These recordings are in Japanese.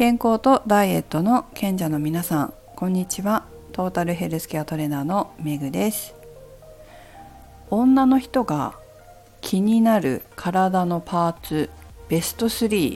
健康とダイエットの賢者の皆さん、こんにちは。トータルヘルスケアトレーナーのめぐです。女の人が気になる体のパーツベスト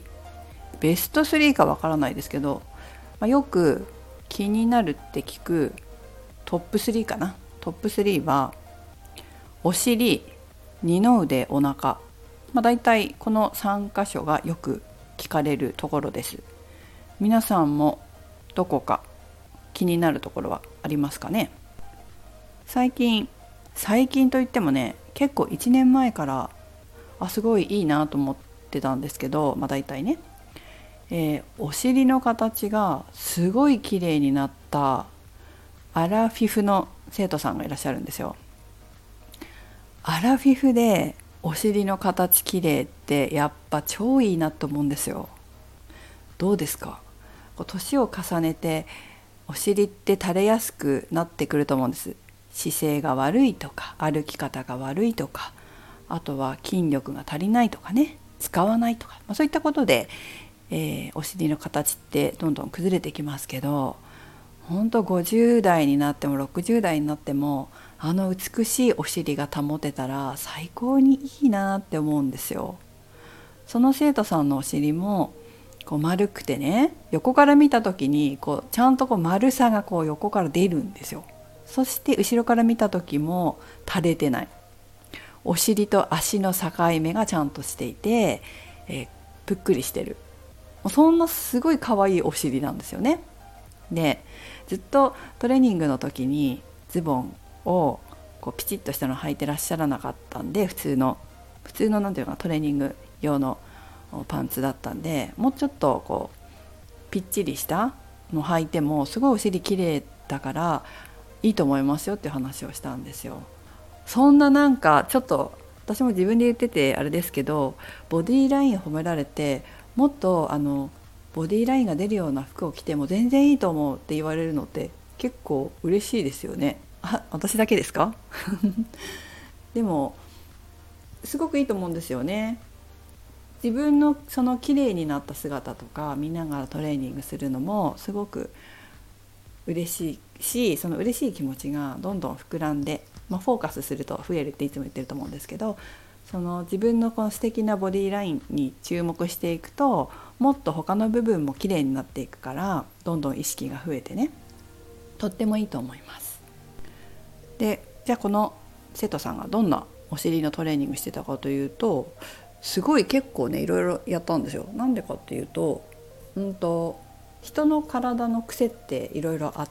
3かわからないですけど、よく気になるって聞くトップ3かな。トップ3はお尻、二の腕、お腹、だいたいこの3箇所がよく聞かれるところです。皆さんもどこか気になるところはありますかね。最近といってもね、結構1年前からすごいいいなと思ってたんですけど、だいたいね、お尻の形がすごい綺麗になったアラフィフの生徒さんがいらっしゃるんですよ。アラフィフでお尻の形綺麗ってやっぱ超いいなと思うんですよ。どうですか？年を重ねてお尻って垂れやすくなってくると思うんです。姿勢が悪いとか歩き方が悪いとか、あとは筋力が足りないとかね、使わないとか、そういったことで、お尻の形ってどんどん崩れてきますけど、本当50代になっても60代になっても美しいお尻が保てたら最高にいいなって思うんですよ。その生徒さんのお尻も丸くてね、横から見た時にちゃんと丸さが横から出るんですよ。そして後ろから見た時も垂れてない、お尻と足の境目がちゃんとしていて、ぷっくりしてる、そんなすごい可愛いお尻なんですよね。で、ずっとトレーニングの時にズボンをピチッとしたの履いてらっしゃらなかったんで、普通のなんていうかトレーニング用のパンツだったんで、もうちょっとぴっちりしたの履いてもすごいお尻綺麗だからいいと思いますよっていう話をしたんですよ。そんなちょっと私も自分で言っててあれですけど、ボディーライン褒められて、もっとボディーラインが出るような服を着ても全然いいと思うって言われるのって結構嬉しいですよね。私だけですか？でもすごくいいと思うんですよね。自分のその綺麗になった姿とか見ながらトレーニングするのもすごく嬉しいし、その嬉しい気持ちがどんどん膨らんで、フォーカスすると増えるっていつも言ってると思うんですけど、その自分のこの素敵なボディラインに注目していくと、もっと他の部分も綺麗になっていくから、どんどん意識が増えてね、とってもいいと思います。で、じゃあこの生徒さんがどんなお尻のトレーニングしてたかというと、すごい結構ねいろいろやったんですよ。なんでかっていうと、人の体の癖っていろいろあって、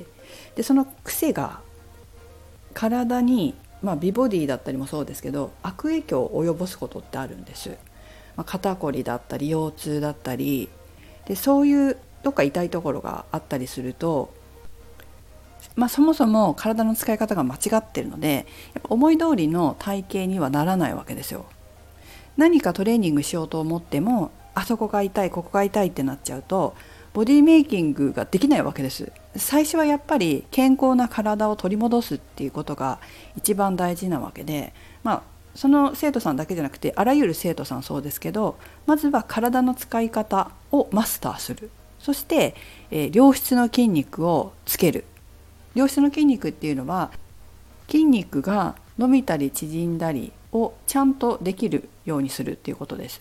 でその癖が体に、美ボディだったりもそうですけど、悪影響を及ぼすことってあるんです。肩こりだったり腰痛だったりで、そういうどっか痛いところがあったりすると、そもそも体の使い方が間違ってるので、やっぱ思い通りの体型にはならないわけですよ。何かトレーニングしようと思っても、あそこが痛いここが痛いってなっちゃうと、ボディメイキングができないわけです。最初はやっぱり健康な体を取り戻すっていうことが一番大事なわけで、その生徒さんだけじゃなくてあらゆる生徒さんそうですけど、まずは体の使い方をマスターする。そして、良質の筋肉をつける。良質の筋肉っていうのは、筋肉が伸びたり縮んだりをちゃんとできるようにするっていうことです。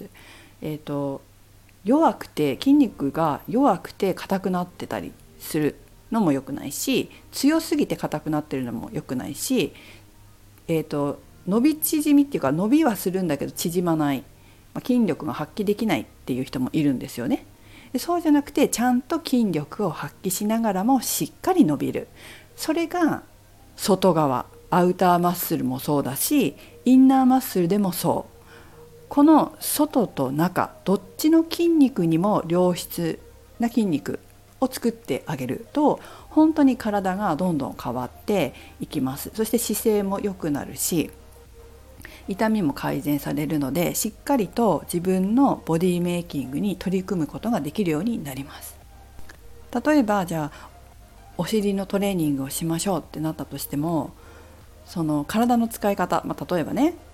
筋肉が弱くて硬くなってたりするのも良くないし、強すぎて硬くなってるのも良くないし、伸び縮みっていうか、伸びはするんだけど縮まない、筋力が発揮できないっていう人もいるんですよね。で、そうじゃなくて、ちゃんと筋力を発揮しながらもしっかり伸びる。それが外側、アウターマッスルもそうだし、インナーマッスルでもそう。この外と中、どっちの筋肉にも良質な筋肉を作ってあげると、本当に体がどんどん変わっていきます。そして姿勢も良くなるし、痛みも改善されるので、しっかりと自分のボディメイキングに取り組むことができるようになります。例えばじゃあお尻のトレーニングをしましょうってなったとしても、その体の使い方、例えばね、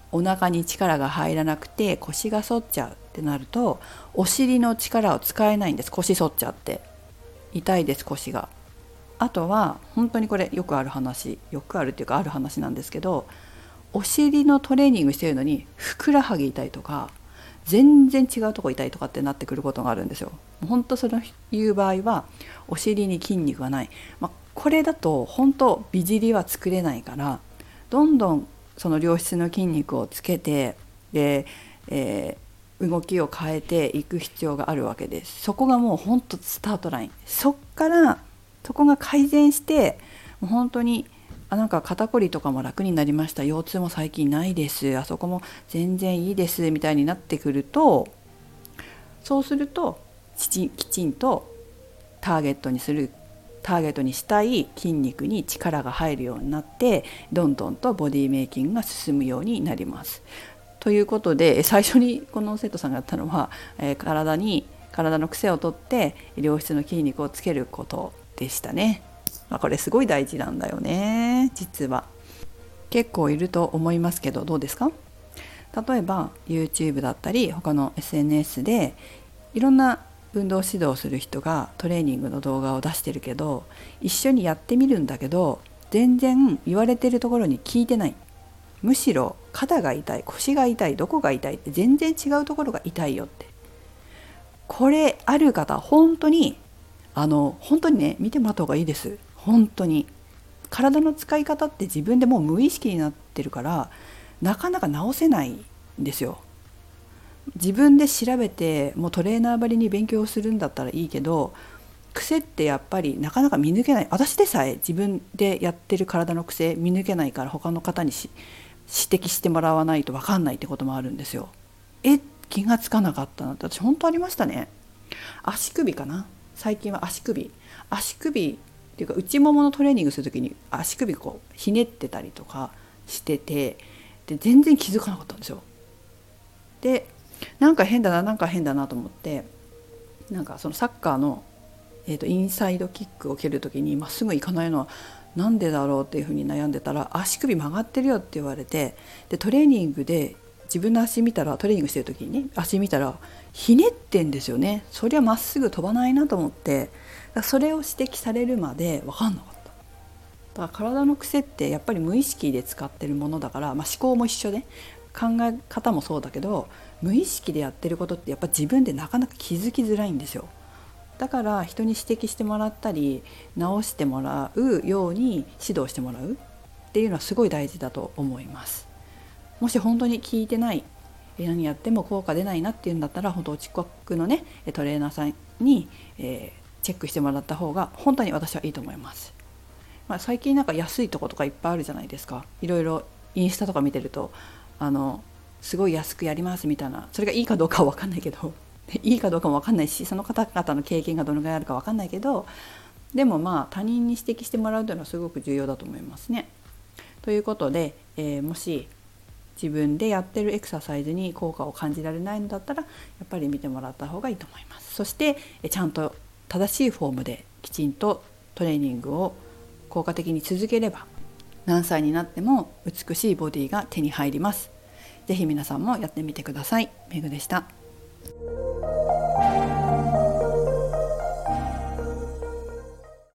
お腹に力が入らなくて腰が反っちゃうってなると、お尻の力を使えないんです。腰反っちゃって痛いです、腰が。あとは本当にこれよくある話、よくあるっていうかある話なんですけど、お尻のトレーニングしてるのにふくらはぎ痛いとか全然違うとこ痛いとかってなってくることがあるんですよ。本当そういう場合はお尻に筋肉がない、これだと本当美尻は作れないから、どんどんその良質の筋肉をつけてで、動きを変えていく必要があるわけです。そこがもう本当スタートライン。そこが改善して、もう本当になんか肩こりとかも楽になりました、腰痛も最近ないです、あそこも全然いいですみたいになってくると、そうするときちんとターゲットにしたい筋肉に力が入るようになって、どんどんとボディメイキングが進むようになります。ということで、最初にこの生徒さんがやったのは、体の癖をとって良質の筋肉をつけることでしたね。これすごい大事なんだよね。実は結構いると思いますけど、どうですか？例えば YouTube だったり他の SNS でいろんな運動指導する人がトレーニングの動画を出してるけど、一緒にやってみるんだけど全然言われてるところに聞いてない。むしろ肩が痛い、腰が痛い、どこが痛いって全然違うところが痛いよって。これある方本当にね、見てもらった方がいいです。本当に体の使い方って自分でもう無意識になってるから、なかなか直せないんですよ。自分で調べてもうトレーナーばりに勉強するんだったらいいけど、癖ってやっぱりなかなか見抜けない。私でさえ自分でやってる体の癖見抜けないから、他の方に指摘してもらわないと分かんないってこともあるんですよ。気がつかなかったなって私本当ありましたね。足首かな。最近は足首っていうか内もものトレーニングするときに足首こうひねってたりとかしてて、で全然気づかなかったんですよ。でなんか変だなと思って、なんかそのサッカーの、インサイドキックを蹴るときにまっすぐいかないのはなんでだろうっていうふうに悩んでたら、足首曲がってるよって言われて、でトレーニングで自分の足見たら、トレーニングしてる時にね足見たらひねってんですよね。そりゃまっすぐ飛ばないなと思って、それを指摘されるまで分かんなかった。だから体の癖ってやっぱり無意識で使ってるものだから、思考も一緒で、考え方もそうだけど、無意識でやってることってやっぱ自分でなかなか気づきづらいんですよ。だから人に指摘してもらったり直してもらうように指導してもらうっていうのはすごい大事だと思います。もし本当に聞いてない、何やっても効果出ないなっていうんだったら、本当お近くのねトレーナーさんに、チェックしてもらった方が本当に私はいいと思います。最近なんか安いとことかいっぱいあるじゃないですか。いろいろインスタとか見てるとすごい安くやりますみたいな、それがいいかどうかは分かんないけどいいかどうかも分かんないし、その方々の経験がどのぐらいあるか分かんないけど、でも他人に指摘してもらうというのはすごく重要だと思いますね。ということで、もし自分でやってるエクササイズに効果を感じられないんだったら、やっぱり見てもらった方がいいと思います。そしてちゃんと正しいフォームできちんとトレーニングを効果的に続ければ、何歳になっても美しいボディが手に入ります。ぜひ皆さんもやってみてください。めぐでした。